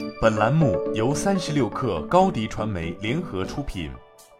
本栏目由36氪高迪传媒联合出品。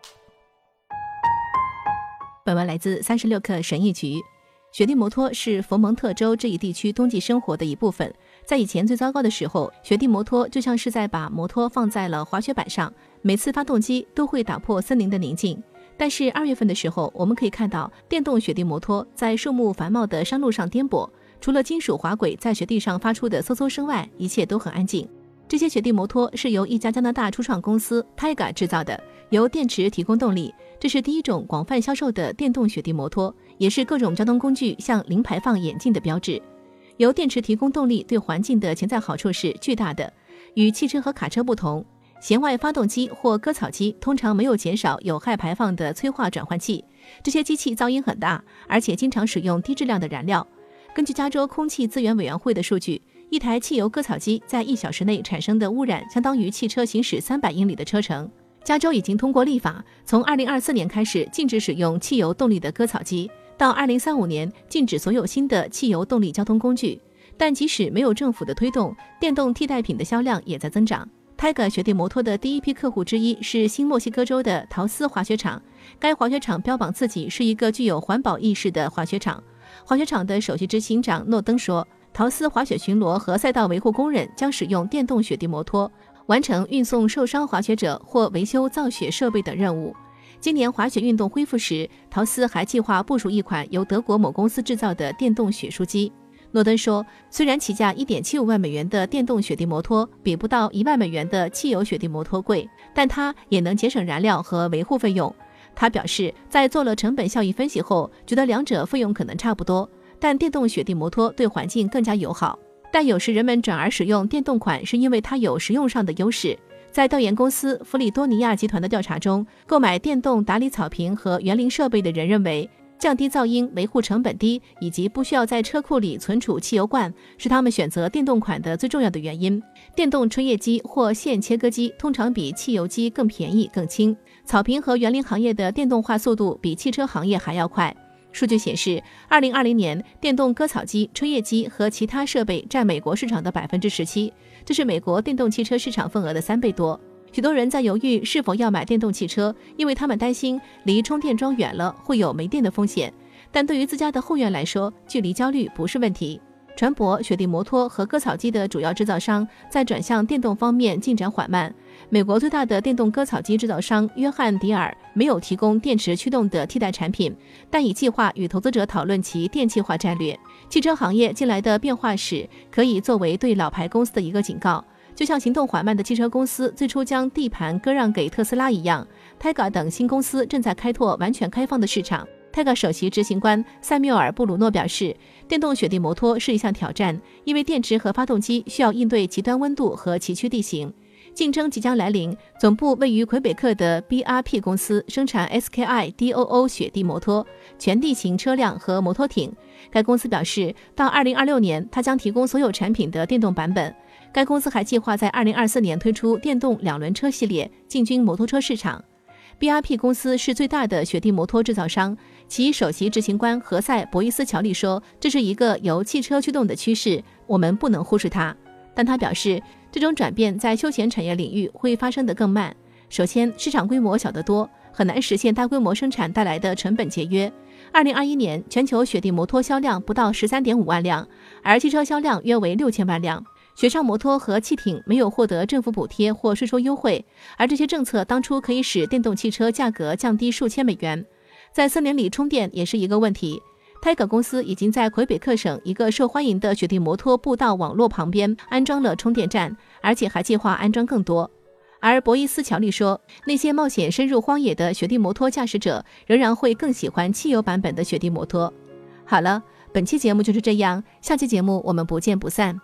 本文来自36氪神译局。雪地摩托是佛蒙特州这一地区冬季生活的一部分。在以前最糟糕的时候，雪地摩托就像是在把摩托放在了滑雪板上，每次发动机都会打破森林的宁静。但是2月份的时候，我们可以看到电动雪地摩托在树木繁茂的山路上颠簸，除了金属滑轨在雪地上发出的嗖嗖声外，一切都很安静。这些雪地摩托是由一家加拿大初创公司 Taiga 制造的，由电池提供动力。这是第一种广泛销售的电动雪地摩托，也是各种交通工具向零排放演进的标志。由电池提供动力对环境的潜在好处是巨大的。与汽车和卡车不同，弦外发动机或割草机通常没有减少有害排放的催化转换器，这些机器噪音很大，而且经常使用低质量的燃料。根据加州空气资源委员会的数据，一台汽油割草机在1小时内产生的污染相当于汽车行驶300英里的车程。加州已经通过立法，从2024年开始禁止使用汽油动力的割草机，到2035年禁止所有新的汽油动力交通工具。但即使没有政府的推动，电动替代品的销量也在增长。Taiga 雪地摩托的第一批客户之一是新墨西哥州的陶斯滑雪场，该滑雪场标榜自己是一个具有环保意识的滑雪场。滑雪场的首席执行长诺登说，陶斯滑雪巡逻和赛道维护工人将使用电动雪地摩托完成运送受伤滑雪者或维修造雪设备等任务。今年滑雪运动恢复时，陶斯还计划部署一款由德国某公司制造的电动雪梳机。诺登说，虽然起价1.75万美元的电动雪地摩托比不到1万美元的汽油雪地摩托贵，但它也能节省燃料和维护费用。他表示，在做了成本效益分析后，觉得两者费用可能差不多，但电动雪地摩托对环境更加友好。但有时人们转而使用电动款是因为它有实用上的优势。在调研公司弗里多尼亚集团的调查中，购买电动打理草坪和园林设备的人认为，降低噪音、维护成本低，以及不需要在车库里存储汽油罐，是他们选择电动款的最重要的原因。电动吹叶机或线切割机通常比汽油机更便宜、更轻。草坪和园林行业的电动化速度比汽车行业还要快。数据显示，2020年电动割草机、吹叶机和其他设备占美国市场的17%，这是美国电动汽车市场份额的3倍多。许多人在犹豫是否要买电动汽车，因为他们担心离充电桩远了会有没电的风险。但对于自家的后院来说，距离焦虑不是问题。船舶、雪地摩托和割草机的主要制造商在转向电动方面进展缓慢。美国最大的电动割草机制造商约翰迪尔没有提供电池驱动的替代产品，但已计划与投资者讨论其电气化战略。汽车行业近来的变化史可以作为对老牌公司的一个警告，就像行动缓慢的汽车公司最初将地盘割让给特斯拉一样。Taiga 等新公司正在开拓完全开放的市场。Taiga 首席执行官塞缪尔·布鲁诺表示，电动雪地摩托是一项挑战，因为电池和发动机需要应对极端温度和崎岖地形。竞争即将来临，总部位于魁北克的 BRP 公司生产 SKI DOO 雪地摩托、全地形车辆和摩托艇。该公司表示，到2026年，它将提供所有产品的电动版本。该公司还计划在2024年推出电动2轮车系列，进军摩托车市场。BRP 公司是最大的雪地摩托制造商，其首席执行官何塞·博伊斯乔利说，这是一个由汽车驱动的趋势，我们不能忽视它。但他表示，这种转变在休闲产业领域会发生得更慢。首先，市场规模小得多，很难实现大规模生产带来的成本节约。2021年，全球雪地摩托销量不到13.5万辆，而汽车销量约为6000万辆。雪上摩托和汽艇没有获得政府补贴或税收优惠，而这些政策当初可以使电动汽车价格降低数千美元。在森林里充电也是一个问题。Taiga 公司已经在魁北克省一个受欢迎的雪地摩托步道网络旁边安装了充电站，而且还计划安装更多。而博伊斯乔利说，那些冒险深入荒野的雪地摩托驾驶者仍然会更喜欢汽油版本的雪地摩托。好了，本期节目就是这样，下期节目我们不见不散。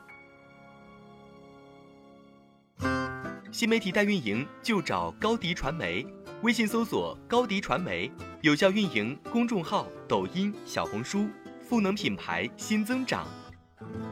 新媒体代运营就找高迪传媒，微信搜索高迪传媒，有效运营公众号、抖音、小红书，赋能品牌新增长。